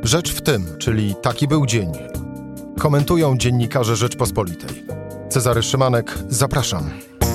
Rzecz w tym, czyli taki był dzień. Komentują dziennikarze Rzeczpospolitej. Cezary Szymanek, zapraszam.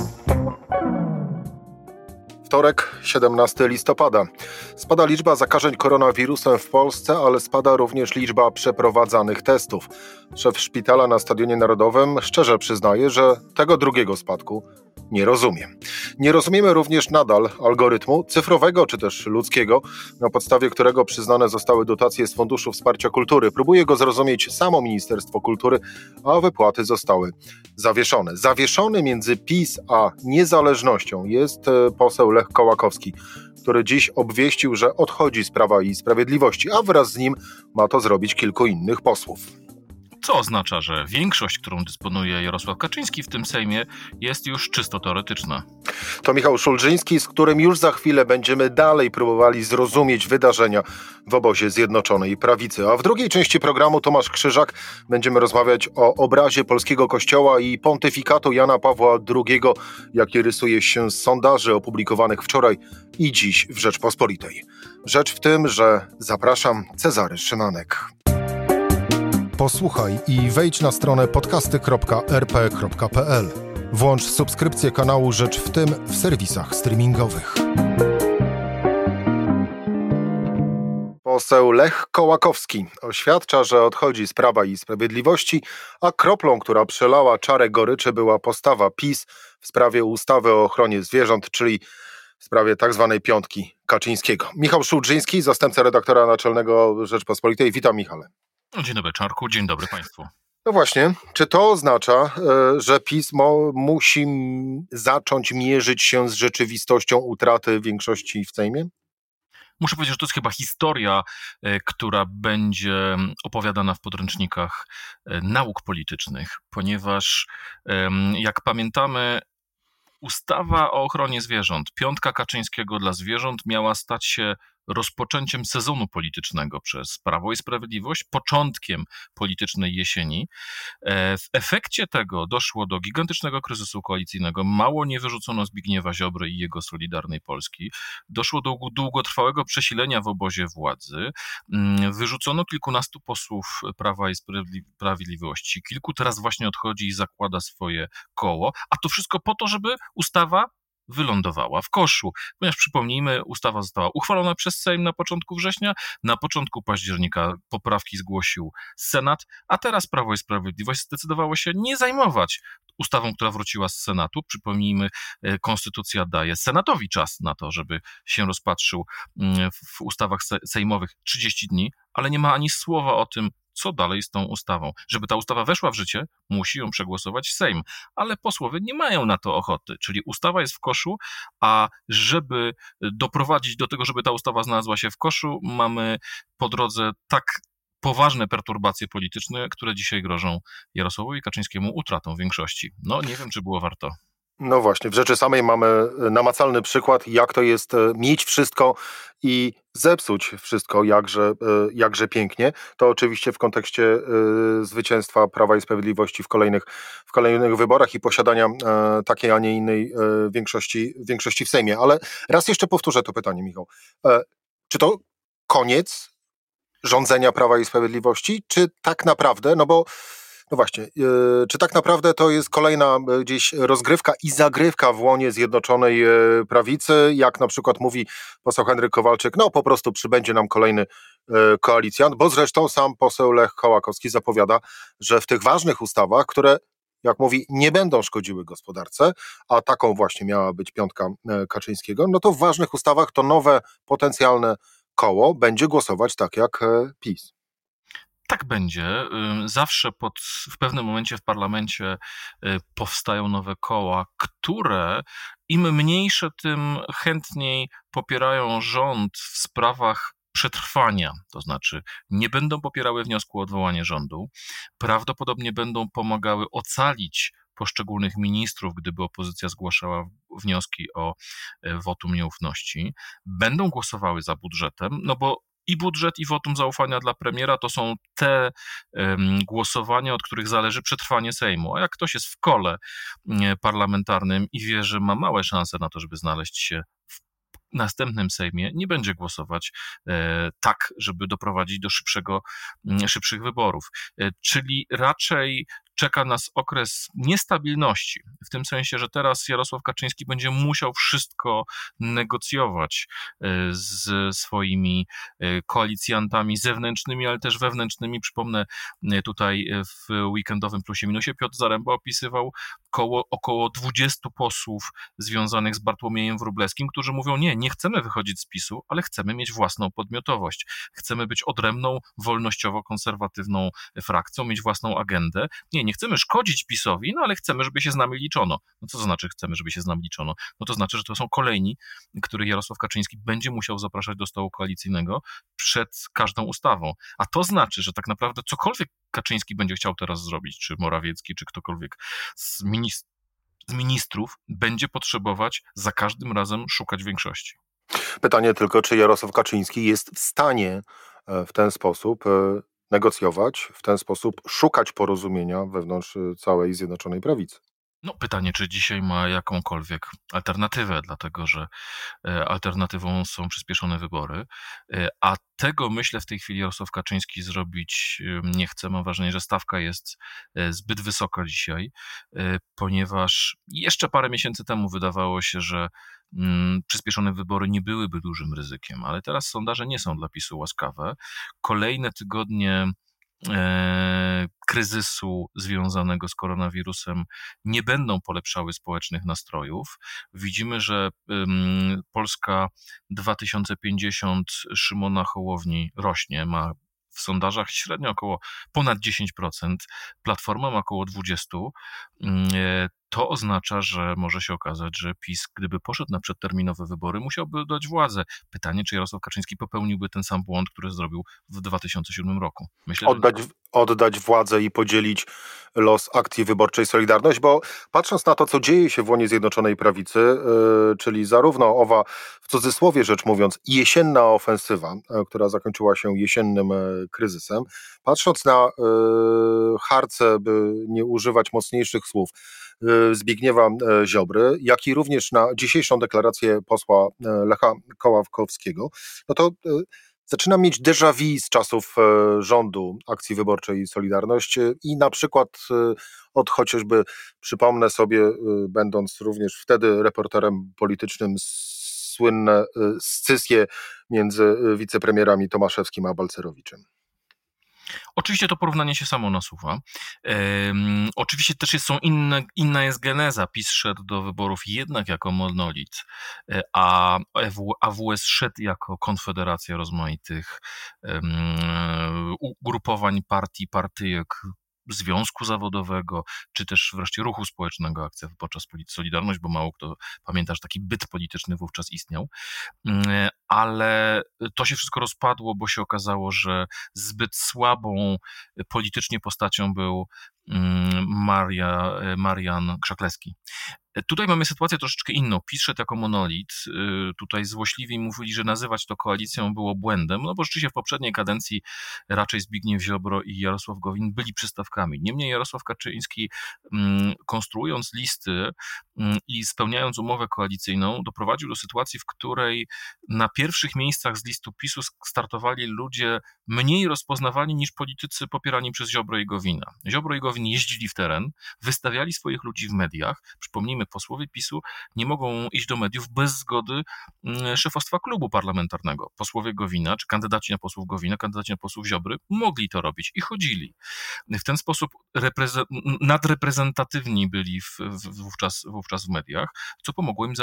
Wtorek, 17 listopada. Spada liczba zakażeń koronawirusem w Polsce, ale spada również liczba przeprowadzanych testów. Szef szpitala na Stadionie Narodowym szczerze przyznaje, że tego drugiego spadku nie rozumie. Nie rozumiemy również nadal algorytmu cyfrowego czy też ludzkiego, na podstawie którego przyznane zostały dotacje z Funduszu Wsparcia Kultury. Próbuje go zrozumieć samo Ministerstwo Kultury, a wypłaty zostały zawieszone. Zawieszony między PiS a niezależnością jest poseł Lech Kołakowski, który dziś obwieścił, że odchodzi z Prawa i Sprawiedliwości, a wraz z nim ma to zrobić kilku innych posłów. Co oznacza, że większość, którą dysponuje Jarosław Kaczyński w tym Sejmie, jest już czysto teoretyczna. To Michał Szulżyński, z którym już za chwilę będziemy dalej próbowali zrozumieć wydarzenia w obozie Zjednoczonej Prawicy. A w drugiej części programu Tomasz Krzyżak będziemy rozmawiać o obrazie polskiego kościoła i pontyfikatu Jana Pawła II, jaki rysuje się z sondaży opublikowanych wczoraj i dziś w Rzeczpospolitej. Rzecz w tym, że zapraszam, Cezary Szymanek. Posłuchaj i wejdź na stronę podcasty.rp.pl. Włącz subskrypcję kanału Rzecz w tym w serwisach streamingowych. Poseł Lech Kołakowski oświadcza, że odchodzi z Prawa i Sprawiedliwości, a kroplą, która przelała czarę goryczy, była postawa PiS w sprawie ustawy o ochronie zwierząt, czyli w sprawie tak zwanej piątki Kaczyńskiego. Michał Szulżyński, zastępca redaktora naczelnego Rzeczpospolitej. Witam, Michale. Dzień dobry, Czarku, dzień dobry Państwu. No właśnie, czy to oznacza, że PiS musi zacząć mierzyć się z rzeczywistością utraty większości w Sejmie? Muszę powiedzieć, że to jest chyba historia, która będzie opowiadana w podręcznikach nauk politycznych, ponieważ jak pamiętamy, ustawa o ochronie zwierząt, piątka Kaczyńskiego dla zwierząt miała stać się rozpoczęciem sezonu politycznego przez Prawo i Sprawiedliwość, początkiem politycznej jesieni. W efekcie tego doszło do gigantycznego kryzysu koalicyjnego. Mało nie wyrzucono Zbigniewa Ziobry i jego Solidarnej Polski. Doszło do długotrwałego przesilenia w obozie władzy. Wyrzucono kilkunastu posłów Prawa i Sprawiedliwości. Kilku teraz właśnie odchodzi i zakłada swoje koło. A to wszystko po to, żeby ustawa wylądowała w koszu. Ponieważ przypomnijmy, ustawa została uchwalona przez Sejm na początku września, na początku października poprawki zgłosił Senat, a teraz Prawo i Sprawiedliwość zdecydowało się nie zajmować ustawą, która wróciła z Senatu. Przypomnijmy, konstytucja daje Senatowi czas na to, żeby się rozpatrzył w ustawach sejmowych 30 dni, ale nie ma ani słowa o tym, co dalej z tą ustawą. Żeby ta ustawa weszła w życie, musi ją przegłosować Sejm, ale posłowie nie mają na to ochoty, czyli ustawa jest w koszu, a żeby doprowadzić do tego, żeby ta ustawa znalazła się w koszu, mamy po drodze tak poważne perturbacje polityczne, które dzisiaj grożą Jarosławowi Kaczyńskiemu utratą większości. No nie wiem, czy było warto. No właśnie, w rzeczy samej mamy namacalny przykład, jak to jest mieć wszystko i zepsuć wszystko jakże pięknie. To oczywiście w kontekście zwycięstwa Prawa i Sprawiedliwości w kolejnych wyborach i posiadania takiej, a nie innej większości w Sejmie. Ale raz jeszcze powtórzę to pytanie, Michał. Czy to koniec rządzenia Prawa i Sprawiedliwości, czy tak naprawdę, no właśnie, czy tak naprawdę to jest kolejna gdzieś rozgrywka i zagrywka w łonie Zjednoczonej Prawicy, jak na przykład mówi poseł Henryk Kowalczyk, no po prostu przybędzie nam kolejny koalicjant, bo zresztą sam poseł Lech Kołakowski zapowiada, że w tych ważnych ustawach, które, jak mówi, nie będą szkodziły gospodarce, a taką właśnie miała być piątka Kaczyńskiego, no to w ważnych ustawach to nowe potencjalne koło będzie głosować tak jak PiS. Tak będzie. Zawsze w pewnym momencie w parlamencie powstają nowe koła, które im mniejsze, tym chętniej popierają rząd w sprawach przetrwania, to znaczy nie będą popierały wniosku o odwołanie rządu, prawdopodobnie będą pomagały ocalić poszczególnych ministrów, gdyby opozycja zgłaszała wnioski o wotum nieufności, będą głosowały za budżetem, no bo i budżet, i wotum zaufania dla premiera to są te głosowania, od których zależy przetrwanie Sejmu. A jak ktoś jest w kole parlamentarnym i wie, że ma małe szanse na to, żeby znaleźć się w następnym Sejmie nie będzie głosować tak, żeby doprowadzić do szybszych wyborów. Czyli raczej czeka nas okres niestabilności, w tym sensie, że teraz Jarosław Kaczyński będzie musiał wszystko negocjować z swoimi koalicjantami zewnętrznymi, ale też wewnętrznymi. Przypomnę, tutaj w weekendowym plusie minusie Piotr Zaremba opisywał około 20 posłów związanych z Bartłomiejem Wróblewskim, którzy mówią: nie chcemy wychodzić z PiS-u, ale chcemy mieć własną podmiotowość. Chcemy być odrębną, wolnościowo-konserwatywną frakcją, mieć własną agendę. Nie chcemy szkodzić PiS-owi, ale chcemy, żeby się z nami liczono. No co to znaczy chcemy, żeby się z nami liczono? No to znaczy, że to są kolejni, których Jarosław Kaczyński będzie musiał zapraszać do stołu koalicyjnego przed każdą ustawą. A to znaczy, że tak naprawdę cokolwiek Kaczyński będzie chciał teraz zrobić, czy Morawiecki, czy ktokolwiek z ministrów, będzie potrzebować za każdym razem szukać większości. Pytanie tylko, czy Jarosław Kaczyński jest w stanie w ten sposób negocjować, w ten sposób szukać porozumienia wewnątrz całej Zjednoczonej Prawicy. No pytanie, czy dzisiaj ma jakąkolwiek alternatywę, dlatego że alternatywą są przyspieszone wybory, a tego, myślę, w tej chwili Jarosław Kaczyński zrobić nie chce. Mam wrażenie, że stawka jest zbyt wysoka dzisiaj, ponieważ jeszcze parę miesięcy temu wydawało się, że przyspieszone wybory nie byłyby dużym ryzykiem, ale teraz sondaże nie są dla PiS-u łaskawe. Kolejne tygodnie kryzysu związanego z koronawirusem nie będą polepszały społecznych nastrojów. Widzimy, że Polska 2050 Szymona Hołowni rośnie, ma w sondażach średnio ponad 10%, Platforma ma około 20%. To oznacza, że może się okazać, że PiS, gdyby poszedł na przedterminowe wybory, musiałby dać władzę. Pytanie, czy Jarosław Kaczyński popełniłby ten sam błąd, który zrobił w 2007 roku. Myślę, że Oddać władzę i podzielić los akcji wyborczej Solidarność, bo patrząc na to, co dzieje się w łonie Zjednoczonej Prawicy, czyli zarówno owa, w cudzysłowie rzecz mówiąc, jesienna ofensywa, która zakończyła się jesiennym kryzysem, patrząc na harce, by nie używać mocniejszych słów, Zbigniewa Ziobry, jak i również na dzisiejszą deklarację posła Lecha Kołakowskiego, no to zaczynam mieć déjà vu z czasów rządu Akcji Wyborczej Solidarność i na przykład od chociażby, przypomnę sobie, będąc również wtedy reporterem politycznym, słynne scysje między wicepremierami Tomaszewskim a Balcerowiczem. Oczywiście to porównanie się samo nasuwa. Oczywiście też inna jest geneza. PiS szedł do wyborów jednak jako monolit, a AWS szedł jako konfederacja rozmaitych ugrupowań, partyjek, związku zawodowego, czy też wreszcie ruchu społecznego Akcja Wyborcza Solidarność, bo mało kto pamięta, że taki byt polityczny wówczas istniał. Ale to się wszystko rozpadło, bo się okazało, że zbyt słabą politycznie postacią był Marian Krzaklewski. Tutaj mamy sytuację troszeczkę inną. PiS szedł jako monolit. Tutaj złośliwi mówili, że nazywać to koalicją było błędem, no bo rzeczywiście w poprzedniej kadencji raczej Zbigniew Ziobro i Jarosław Gowin byli przystawkami. Niemniej Jarosław Kaczyński, konstruując listy i spełniając umowę koalicyjną, doprowadził do sytuacji, w której na pierwszych miejscach z listu PiS-u startowali ludzie mniej rozpoznawani niż politycy popierani przez Ziobro i Gowina. Ziobro i Gowin jeździli w teren, wystawiali swoich ludzi w mediach. Przypomnijmy, posłowie PiS-u nie mogą iść do mediów bez zgody szefostwa klubu parlamentarnego. Posłowie Gowina, czy kandydaci na posłów Gowina, kandydaci na posłów Ziobry mogli to robić i chodzili. W ten sposób nadreprezentatywni byli wówczas w mediach, co pomogło im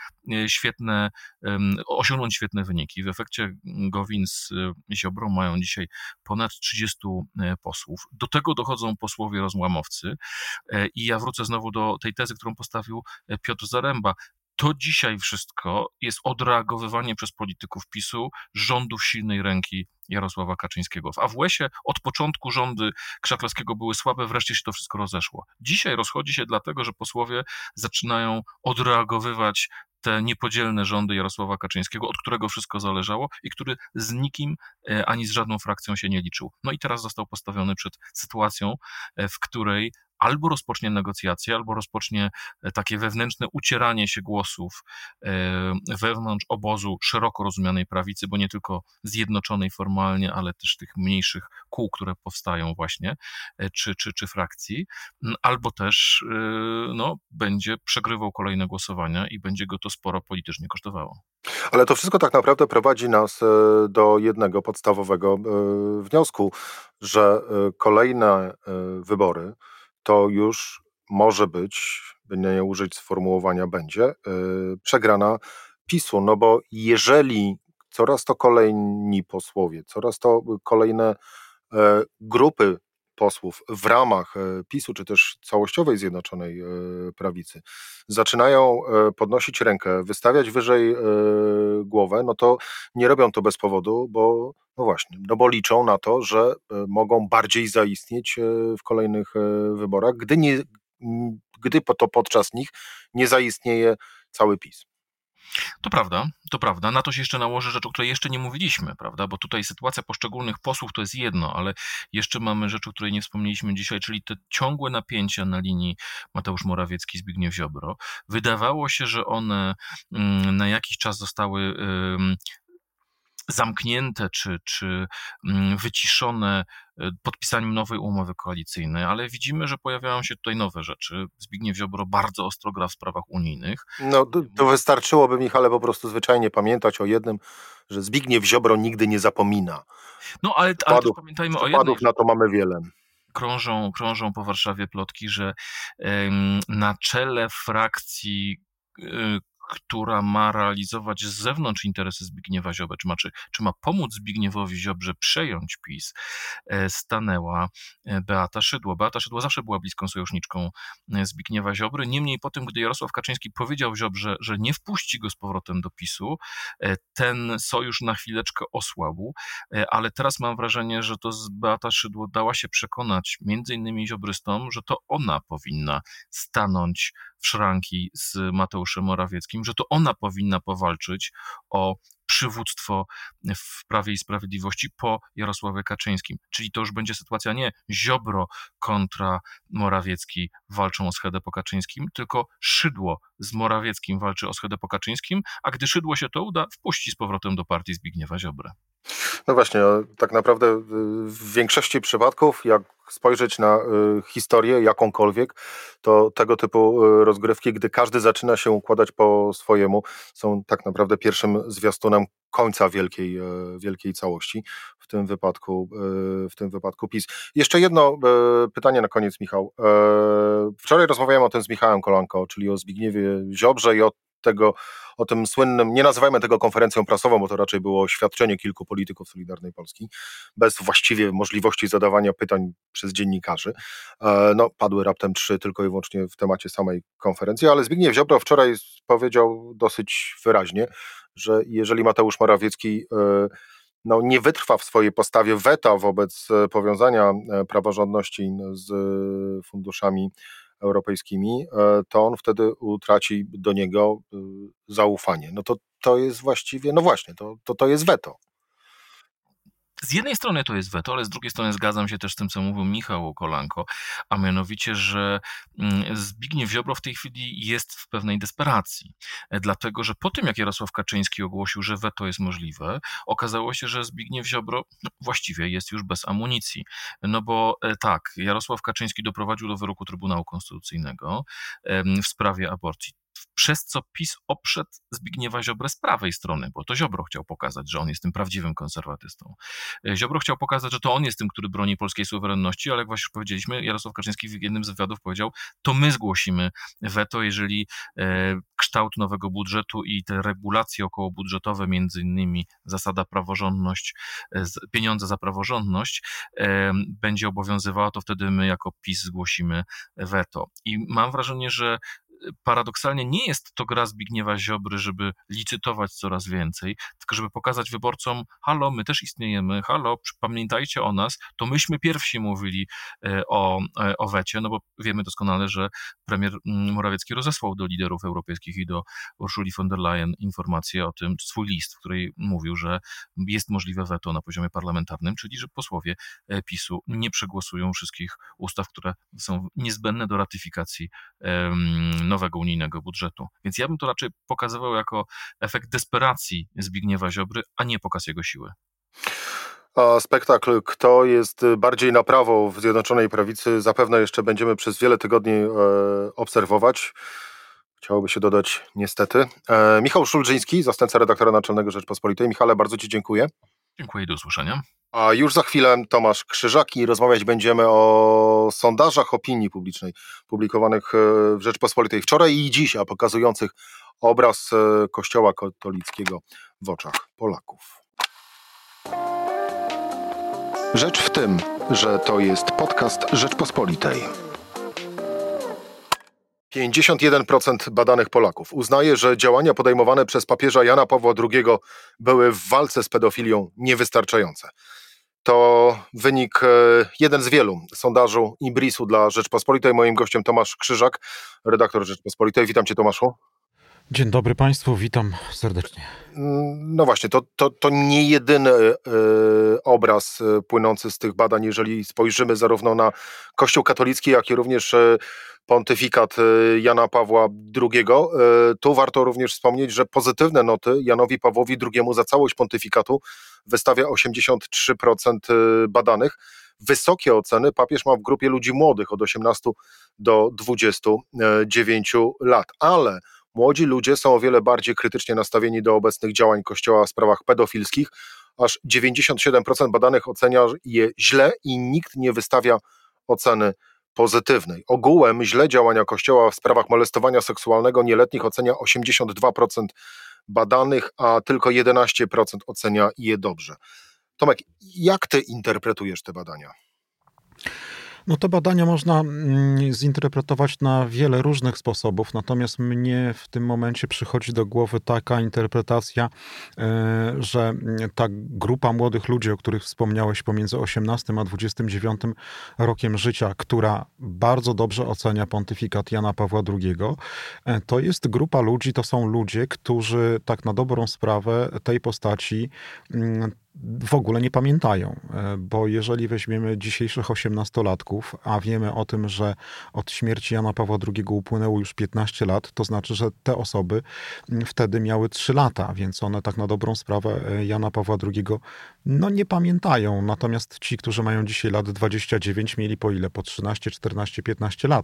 osiągnąć świetne wyniki. W efekcie Gowin z Ziobrą mają dzisiaj ponad 30 posłów. Do tego dochodzą posłowie rozłamowcy i ja wrócę znowu do tej tezy, którą postawił Piotr Zaremba. To dzisiaj wszystko jest odreagowywanie przez polityków PiS-u rządów silnej ręki Jarosława Kaczyńskiego. W AWS-ie od początku rządy Krzaklewskiego były słabe, wreszcie się to wszystko rozeszło. Dzisiaj rozchodzi się dlatego, że posłowie zaczynają odreagowywać te niepodzielne rządy Jarosława Kaczyńskiego, od którego wszystko zależało i który z nikim ani z żadną frakcją się nie liczył. No i teraz został postawiony przed sytuacją, w której albo rozpocznie negocjacje, albo rozpocznie takie wewnętrzne ucieranie się głosów wewnątrz obozu szeroko rozumianej prawicy, bo nie tylko zjednoczonej formalnie, ale też tych mniejszych kół, które powstają właśnie, czy frakcji, albo też no, będzie przegrywał kolejne głosowania i będzie go to sporo politycznie kosztowało. Ale to wszystko tak naprawdę prowadzi nas do jednego podstawowego wniosku, że kolejne wybory to już może być, by nie użyć sformułowania będzie, przegrana PiS-u. No bo jeżeli coraz to kolejni posłowie, coraz to kolejne grupy posłów w ramach PiS-u, czy też całościowej Zjednoczonej Prawicy zaczynają podnosić rękę, wystawiać wyżej głowę, no to nie robią to bez powodu, bo no właśnie, no bo liczą na to, że mogą bardziej zaistnieć w kolejnych wyborach, gdy to podczas nich nie zaistnieje cały PiS. To prawda, to prawda. Na to się jeszcze nałoży rzecz, o której jeszcze nie mówiliśmy, prawda? Bo tutaj sytuacja poszczególnych posłów to jest jedno, ale jeszcze mamy rzecz, o której nie wspomnieliśmy dzisiaj, czyli te ciągłe napięcia na linii Mateusz Morawiecki, Zbigniew Ziobro. Wydawało się, że one na jakiś czas zostały zamknięte czy wyciszone podpisaniem nowej umowy koalicyjnej, ale widzimy, że pojawiają się tutaj nowe rzeczy. Zbigniew Ziobro bardzo ostro gra w sprawach unijnych. No to wystarczyłoby, Michale, po prostu zwyczajnie pamiętać o jednym, że Zbigniew Ziobro nigdy nie zapomina. No ale też Przykładów, pamiętajmy o jednej przykładów na to mamy wiele. krążą po Warszawie plotki, że na czele frakcji, która ma realizować z zewnątrz interesy Zbigniewa Ziobry, czy ma pomóc Zbigniewowi Ziobrze przejąć PiS, stanęła Beata Szydło. Beata Szydło zawsze była bliską sojuszniczką Zbigniewa Ziobry. Niemniej po tym, gdy Jarosław Kaczyński powiedział Ziobrze, że nie wpuści go z powrotem do PiS-u, ten sojusz na chwileczkę osłabł, ale teraz mam wrażenie, że to Beata Szydło dała się przekonać między innymi ziobrystom, że to ona powinna stanąć w szranki z Mateuszem Morawieckim, że to ona powinna powalczyć o przywództwo w Prawie i Sprawiedliwości po Jarosławie Kaczyńskim. Czyli to już będzie sytuacja nie Ziobro kontra Morawiecki walczą o schedę po Kaczyńskim, tylko Szydło z Morawieckim walczy o schedę po Kaczyńskim, a gdy Szydło się to uda, wpuści z powrotem do partii Zbigniewa Ziobrę. No właśnie, tak naprawdę w większości przypadków, jak spojrzeć na historię jakąkolwiek, to tego typu rozgrywki, gdy każdy zaczyna się układać po swojemu, są tak naprawdę pierwszym zwiastunem końca wielkiej całości, w tym wypadku PiS. Jeszcze jedno pytanie na koniec, Michał. Wczoraj rozmawiałem o tym z Michałem Kolanko, czyli o Zbigniewie Ziobrze i o tym słynnym, nie nazywajmy tego konferencją prasową, bo to raczej było oświadczenie kilku polityków Solidarnej Polski, bez właściwie możliwości zadawania pytań przez dziennikarzy. No, padły raptem 3 tylko i wyłącznie w temacie samej konferencji, ale Zbigniew Ziobro wczoraj powiedział dosyć wyraźnie, że jeżeli Mateusz Morawiecki no, nie wytrwa w swojej postawie weta wobec powiązania praworządności z funduszami europejskimi, to on wtedy utraci do niego zaufanie. No to jest właściwie, no właśnie, to jest weto. Z jednej strony to jest weto, ale z drugiej strony zgadzam się też z tym, co mówił Michał Kolanko, a mianowicie, że Zbigniew Ziobro w tej chwili jest w pewnej desperacji, dlatego że po tym, jak Jarosław Kaczyński ogłosił, że weto jest możliwe, okazało się, że Zbigniew Ziobro właściwie jest już bez amunicji. No bo tak, Jarosław Kaczyński doprowadził do wyroku Trybunału Konstytucyjnego w sprawie aborcji, przez co PiS oprzedł Zbigniewa Ziobrę z prawej strony, bo to Ziobro chciał pokazać, że on jest tym prawdziwym konserwatystą. Ziobro chciał pokazać, że to on jest tym, który broni polskiej suwerenności, ale jak właśnie już powiedzieliśmy, Jarosław Kaczyński w jednym z wywiadów powiedział, to my zgłosimy weto, jeżeli kształt nowego budżetu i te regulacje okołobudżetowe, między innymi zasada praworządność, pieniądze za praworządność, będzie obowiązywała, to wtedy my jako PiS zgłosimy weto. I mam wrażenie, że paradoksalnie nie jest to gra Zbigniewa Ziobry, żeby licytować coraz więcej, tylko żeby pokazać wyborcom, halo, my też istniejemy, halo, pamiętajcie o nas, to myśmy pierwsi mówili o wecie, no bo wiemy doskonale, że premier Morawiecki rozesłał do liderów europejskich i do Ursuli von der Leyen informację o tym, swój list, w której mówił, że jest możliwe weto na poziomie parlamentarnym, czyli że posłowie PiS-u nie przegłosują wszystkich ustaw, które są niezbędne do ratyfikacji nowego unijnego budżetu. Więc ja bym to raczej pokazywał jako efekt desperacji Zbigniewa Ziobry, a nie pokaz jego siły. A spektakl, kto jest bardziej na prawo w Zjednoczonej Prawicy, zapewne jeszcze będziemy przez wiele tygodni obserwować. Chciałoby się dodać niestety. Michał Szulżyński, zastępca redaktora naczelnego Rzeczpospolitej. Michale, bardzo Ci dziękuję. Dziękuję i do usłyszenia. A już za chwilę Tomasz Krzyżak i rozmawiać będziemy o sondażach opinii publicznej publikowanych w Rzeczpospolitej wczoraj i dziś, a pokazujących obraz Kościoła katolickiego w oczach Polaków. Rzecz w tym, że to jest podcast Rzeczpospolitej. 51% badanych Polaków uznaje, że działania podejmowane przez papieża Jana Pawła II były w walce z pedofilią niewystarczające. To wynik jeden z wielu sondażu Ibrisu dla Rzeczpospolitej. Moim gościem Tomasz Krzyżak, redaktor Rzeczpospolitej. Witam Cię, Tomaszu. Dzień dobry Państwu, witam serdecznie. No właśnie, to nie jedyny obraz płynący z tych badań, jeżeli spojrzymy zarówno na Kościół katolicki, jak i również pontyfikat Jana Pawła II. Tu warto również wspomnieć, że pozytywne noty Janowi Pawłowi II za całość pontyfikatu wystawia 83% badanych. Wysokie oceny papież ma w grupie ludzi młodych od 18 do 29 lat, ale młodzi ludzie są o wiele bardziej krytycznie nastawieni do obecnych działań Kościoła w sprawach pedofilskich. Aż 97% badanych ocenia je źle i nikt nie wystawia oceny pozytywnej. Ogółem źle działania Kościoła w sprawach molestowania seksualnego nieletnich ocenia 82% badanych, a tylko 11% ocenia je dobrze. Tomek, jak ty interpretujesz te badania? No te badania można zinterpretować na wiele różnych sposobów, natomiast mnie w tym momencie przychodzi do głowy taka interpretacja, że ta grupa młodych ludzi, o których wspomniałeś, pomiędzy 18 a 29 rokiem życia, która bardzo dobrze ocenia pontyfikat Jana Pawła II, to jest grupa ludzi, to są ludzie, którzy tak na dobrą sprawę tej postaci w ogóle nie pamiętają, bo jeżeli weźmiemy dzisiejszych 18-latków, a wiemy o tym, że od śmierci Jana Pawła II upłynęło już 15 lat, to znaczy, że te osoby wtedy miały 3 lata, więc one tak na dobrą sprawę Jana Pawła II nie pamiętają. Natomiast ci, którzy mają dzisiaj lat 29, mieli po ile? Po 13, 14, 15 lat.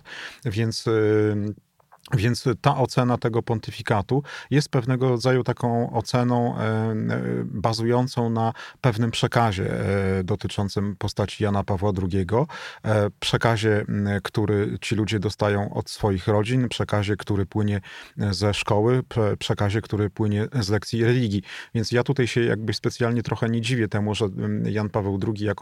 Więc ta ocena tego pontyfikatu jest pewnego rodzaju taką oceną bazującą na pewnym przekazie dotyczącym postaci Jana Pawła II. Przekazie, który ci ludzie dostają od swoich rodzin, przekazie, który płynie ze szkoły, przekazie, który płynie z lekcji religii. Więc ja tutaj się jakby specjalnie trochę nie dziwię temu, że Jan Paweł II jako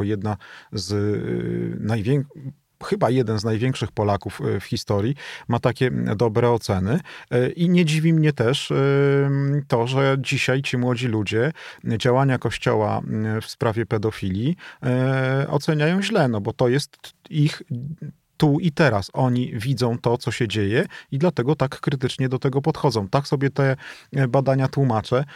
chyba jeden z największych Polaków w historii, ma takie dobre oceny. I nie dziwi mnie też to, że dzisiaj ci młodzi ludzie działania Kościoła w sprawie pedofilii oceniają źle, no bo to jest ich tu i teraz. Oni widzą to, co się dzieje i dlatego tak krytycznie do tego podchodzą. Tak sobie te badania tłumaczę.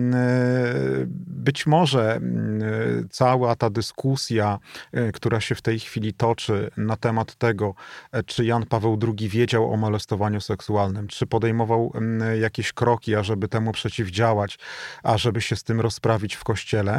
Być może cała ta dyskusja, która się w tej chwili toczy na temat tego, czy Jan Paweł II wiedział o molestowaniu seksualnym, czy podejmował jakieś kroki, ażeby temu przeciwdziałać, ażeby się z tym rozprawić w Kościele,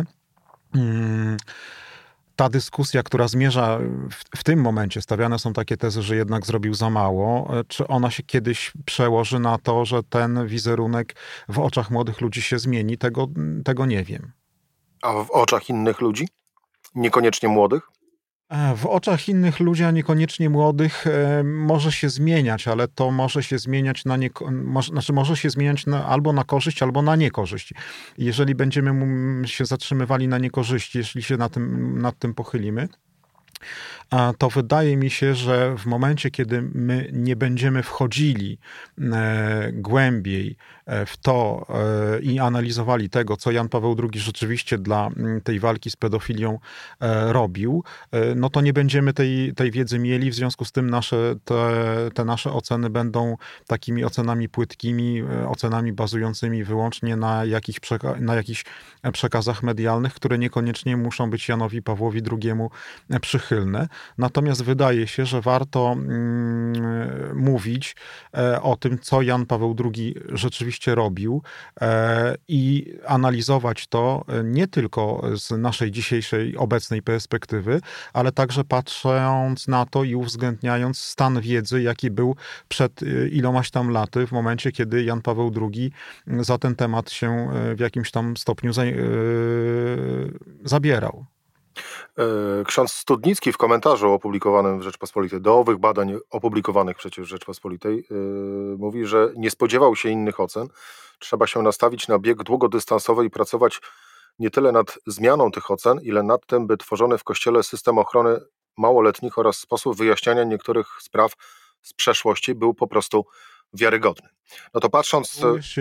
ta dyskusja, która zmierza w tym momencie, stawiane są takie tezy, że jednak zrobił za mało, czy ona się kiedyś przełoży na to, że ten wizerunek w oczach młodych ludzi się zmieni, tego nie wiem. A w oczach innych ludzi? Niekoniecznie młodych? W oczach innych ludzi, a niekoniecznie młodych, może się zmieniać, ale to może się zmieniać może się zmieniać albo na korzyść, albo na niekorzyść. Jeżeli będziemy się zatrzymywali na niekorzyści, jeśli się nad tym pochylimy, to wydaje mi się, że w momencie, kiedy my nie będziemy wchodzili głębiej w to i analizowali tego, co Jan Paweł II rzeczywiście dla tej walki z pedofilią robił, no to nie będziemy tej wiedzy mieli, w związku z tym te nasze oceny będą takimi ocenami płytkimi, ocenami bazującymi wyłącznie na jakichś przekazach medialnych, które niekoniecznie muszą być Janowi Pawłowi II przychylne. Natomiast wydaje się, że warto mówić o tym, co Jan Paweł II rzeczywiście robił i analizować to nie tylko z naszej dzisiejszej, obecnej perspektywy, ale także patrząc na to i uwzględniając stan wiedzy, jaki był przed ilomaś tam laty, w momencie, kiedy Jan Paweł II za ten temat się w jakimś tam stopniu zabierał. Ksiądz Studnicki w komentarzu opublikowanym w Rzeczpospolitej, do owych badań opublikowanych przecież w Rzeczpospolitej, mówi, że nie spodziewał się innych ocen. Trzeba się nastawić na bieg długodystansowy i pracować nie tyle nad zmianą tych ocen, ile nad tym, by tworzony w Kościele system ochrony małoletnich oraz sposób wyjaśniania niektórych spraw z przeszłości był po prostu wiarygodny. No to patrząc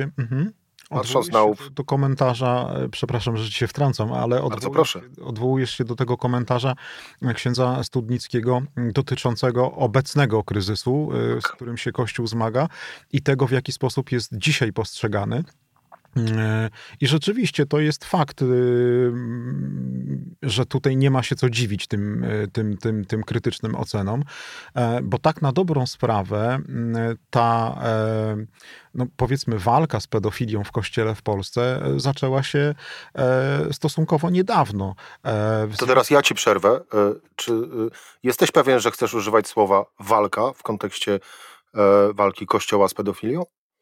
do komentarza, przepraszam, że ci się wtrącam, ale odwołujesz się do tego komentarza księdza Studnickiego dotyczącego obecnego kryzysu, z którym się Kościół zmaga i tego, w jaki sposób jest dzisiaj postrzegany. I rzeczywiście to jest fakt, że tutaj nie ma się co dziwić tym krytycznym ocenom, bo tak na dobrą sprawę ta, no powiedzmy, walka z pedofilią w Kościele w Polsce zaczęła się stosunkowo niedawno. To teraz ja ci przerwę. Czy jesteś pewien, że chcesz używać słowa walka w kontekście walki Kościoła z pedofilią?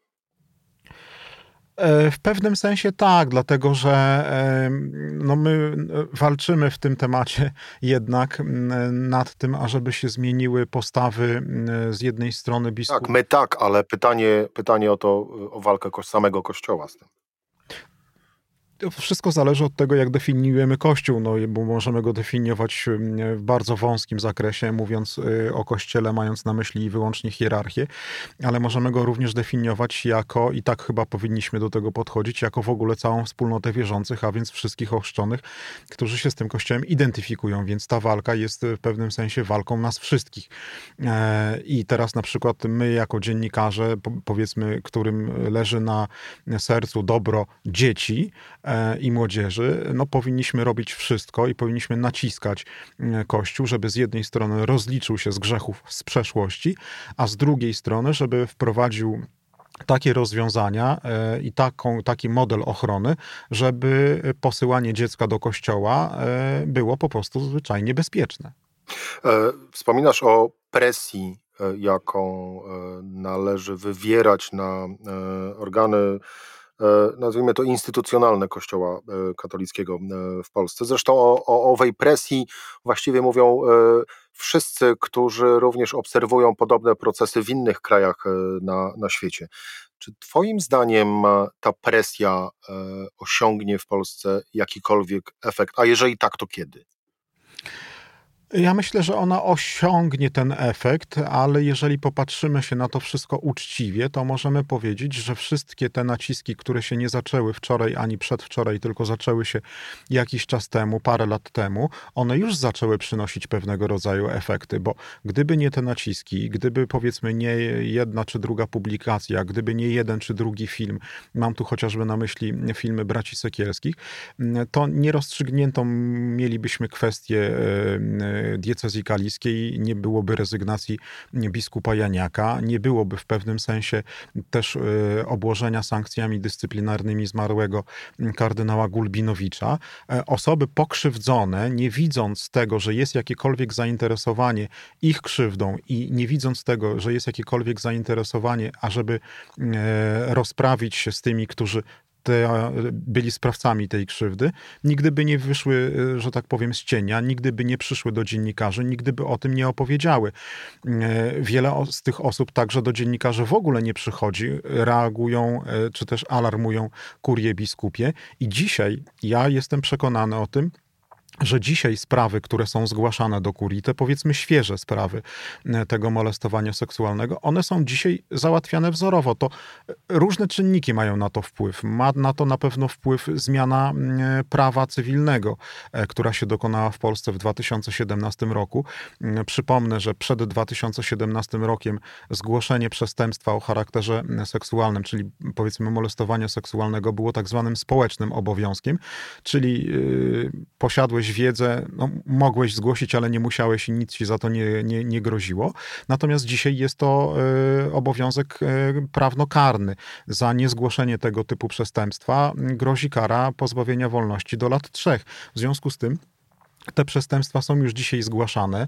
W pewnym sensie tak, dlatego że no my walczymy w tym temacie jednak nad tym, ażeby się zmieniły postawy z jednej strony biskupów. Tak, my tak, ale pytanie o walkę samego Kościoła z tym. To wszystko zależy od tego, jak definiujemy Kościół, no bo możemy go definiować w bardzo wąskim zakresie, mówiąc o Kościele, mając na myśli wyłącznie hierarchię, ale możemy go również definiować jako, i tak chyba powinniśmy do tego podchodzić, jako w ogóle całą wspólnotę wierzących, a więc wszystkich ochrzczonych, którzy się z tym Kościołem identyfikują, więc ta walka jest w pewnym sensie walką nas wszystkich. I teraz na przykład my jako dziennikarze, powiedzmy, którym leży na sercu dobro dzieci, i młodzieży, no powinniśmy robić wszystko i powinniśmy naciskać Kościół, żeby z jednej strony rozliczył się z grzechów z przeszłości, a z drugiej strony, żeby wprowadził takie rozwiązania i taki model ochrony, żeby posyłanie dziecka do kościoła było po prostu zwyczajnie bezpieczne. Wspominasz o presji, jaką należy wywierać na organy, nazwijmy to instytucjonalne Kościoła katolickiego w Polsce. Zresztą o owej presji właściwie mówią wszyscy, którzy również obserwują podobne procesy w innych krajach na świecie. Czy twoim zdaniem ta presja osiągnie w Polsce jakikolwiek efekt? A jeżeli tak, to kiedy? Ja myślę, że ona osiągnie ten efekt, ale jeżeli popatrzymy się na to wszystko uczciwie, to możemy powiedzieć, że wszystkie te naciski, które się nie zaczęły wczoraj ani przedwczoraj, tylko zaczęły się jakiś czas temu, parę lat temu, one już zaczęły przynosić pewnego rodzaju efekty, bo gdyby nie te naciski, gdyby powiedzmy nie jedna czy druga publikacja, gdyby nie jeden czy drugi film, mam tu chociażby na myśli filmy braci Sekielskich, to nie rozstrzygniętą mielibyśmy kwestię diecezji kaliskiej, nie byłoby rezygnacji biskupa Janiaka, nie byłoby w pewnym sensie też obłożenia sankcjami dyscyplinarnymi zmarłego kardynała Gulbinowicza. Osoby pokrzywdzone, nie widząc tego, że jest jakiekolwiek zainteresowanie ich krzywdą i nie widząc tego, że jest jakiekolwiek zainteresowanie, ażeby rozprawić się z tymi, którzy byli sprawcami tej krzywdy, nigdy by nie wyszły, że tak powiem, z cienia, nigdy by nie przyszły do dziennikarzy, nigdy by o tym nie opowiedziały. Wiele z tych osób także do dziennikarzy w ogóle nie przychodzi, reagują, czy też alarmują kurię biskupie i dzisiaj ja jestem przekonany o tym, że dzisiaj sprawy, które są zgłaszane do kurii, te powiedzmy świeże sprawy tego molestowania seksualnego, one są dzisiaj załatwiane wzorowo. To różne czynniki mają na to wpływ. Ma na to na pewno wpływ zmiana prawa cywilnego, która się dokonała w Polsce w 2017 roku. Przypomnę, że przed 2017 rokiem zgłoszenie przestępstwa o charakterze seksualnym, czyli powiedzmy molestowania seksualnego, było tak zwanym społecznym obowiązkiem, czyli posiadłeś wiedzę, no, mogłeś zgłosić, ale nie musiałeś i nic ci za to nie groziło. Natomiast dzisiaj jest to obowiązek prawnokarny. Za niezgłoszenie tego typu przestępstwa grozi kara pozbawienia wolności do lat 3. W związku z tym te przestępstwa są już dzisiaj zgłaszane.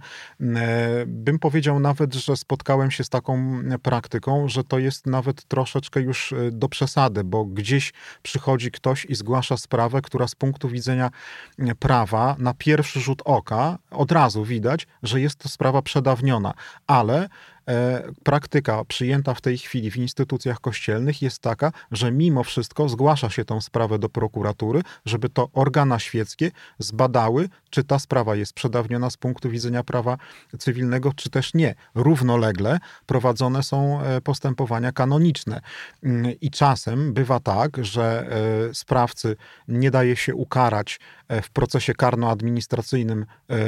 Bym powiedział nawet, że spotkałem się z taką praktyką, że to jest nawet troszeczkę już do przesady, bo gdzieś przychodzi ktoś i zgłasza sprawę, która z punktu widzenia prawa na pierwszy rzut oka od razu widać, że jest to sprawa przedawniona, ale praktyka przyjęta w tej chwili w instytucjach kościelnych jest taka, że mimo wszystko zgłasza się tę sprawę do prokuratury, żeby to organa świeckie zbadały, czy ta sprawa jest przedawniona z punktu widzenia prawa cywilnego, czy też nie. Równolegle prowadzone są postępowania kanoniczne. I czasem bywa tak, że sprawcy nie daje się ukarać w procesie karno-administracyjnym,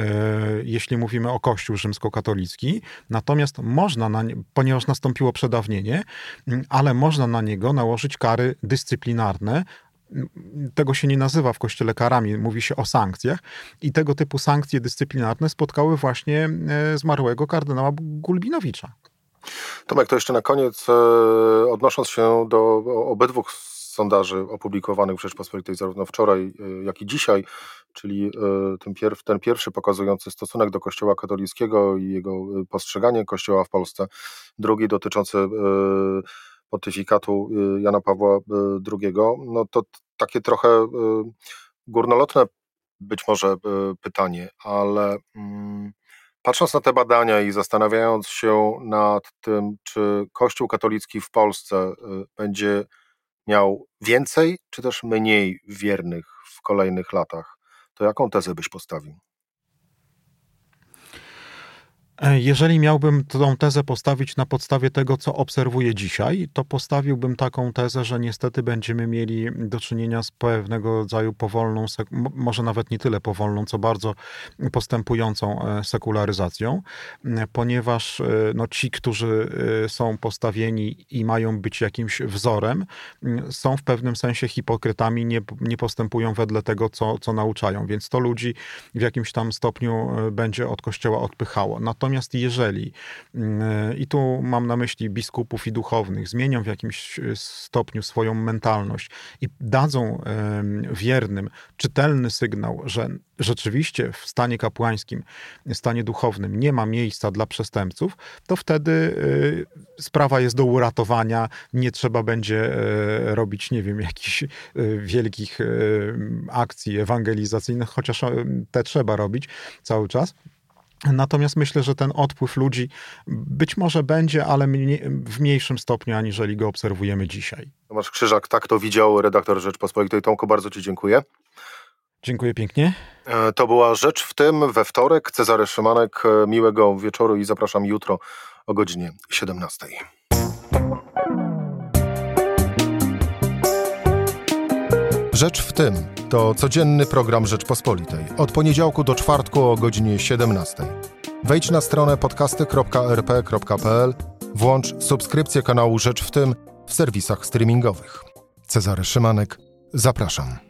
jeśli mówimy o Kościół rzymskokatolicki, natomiast ponieważ nastąpiło przedawnienie, ale można na niego nałożyć kary dyscyplinarne. Tego się nie nazywa w Kościele karami, mówi się o sankcjach i tego typu sankcje dyscyplinarne spotkały właśnie zmarłego kardynała Gulbinowicza. Tomek, to jeszcze na koniec, odnosząc się do obydwu sondaży opublikowanych w Rzeczpospolitej zarówno wczoraj, jak i dzisiaj, czyli ten pierwszy pokazujący stosunek do Kościoła katolickiego i jego postrzeganie Kościoła w Polsce, drugi dotyczący pontyfikatu Jana Pawła II, no to takie trochę górnolotne być może pytanie, ale patrząc na te badania i zastanawiając się nad tym, czy Kościół katolicki w Polsce będzie miał więcej, czy też mniej wiernych w kolejnych latach, to jaką tezę byś postawił? Jeżeli miałbym tą tezę postawić na podstawie tego, co obserwuję dzisiaj, to postawiłbym taką tezę, że niestety będziemy mieli do czynienia z pewnego rodzaju powolną, może nawet nie tyle powolną, co bardzo postępującą sekularyzacją, ponieważ no, ci, którzy są postawieni i mają być jakimś wzorem, są w pewnym sensie hipokrytami, nie postępują wedle tego, co nauczają, więc to ludzi w jakimś tam stopniu będzie od Kościoła odpychało. Natomiast jeżeli, i tu mam na myśli biskupów i duchownych, zmienią w jakimś stopniu swoją mentalność i dadzą wiernym czytelny sygnał, że rzeczywiście w stanie kapłańskim, stanie duchownym nie ma miejsca dla przestępców, to wtedy sprawa jest do uratowania, nie trzeba będzie robić, nie wiem, jakichś wielkich akcji ewangelizacyjnych, chociaż te trzeba robić cały czas. Natomiast myślę, że ten odpływ ludzi być może będzie, ale w mniejszym stopniu, aniżeli go obserwujemy dzisiaj. Tomasz Krzyżak, tak to widział redaktor Rzeczpospolitej. Tomku, bardzo ci dziękuję. Dziękuję pięknie. To była Rzecz w tym we wtorek. Cezary Szymanek, miłego wieczoru i zapraszam jutro o godzinie 17. Rzecz w tym to codzienny program Rzeczpospolitej. Od poniedziałku do czwartku o godzinie 17. Wejdź na stronę podcasty.rp.pl, włącz subskrypcję kanału Rzecz w tym w serwisach streamingowych. Cezary Szymanek, zapraszam.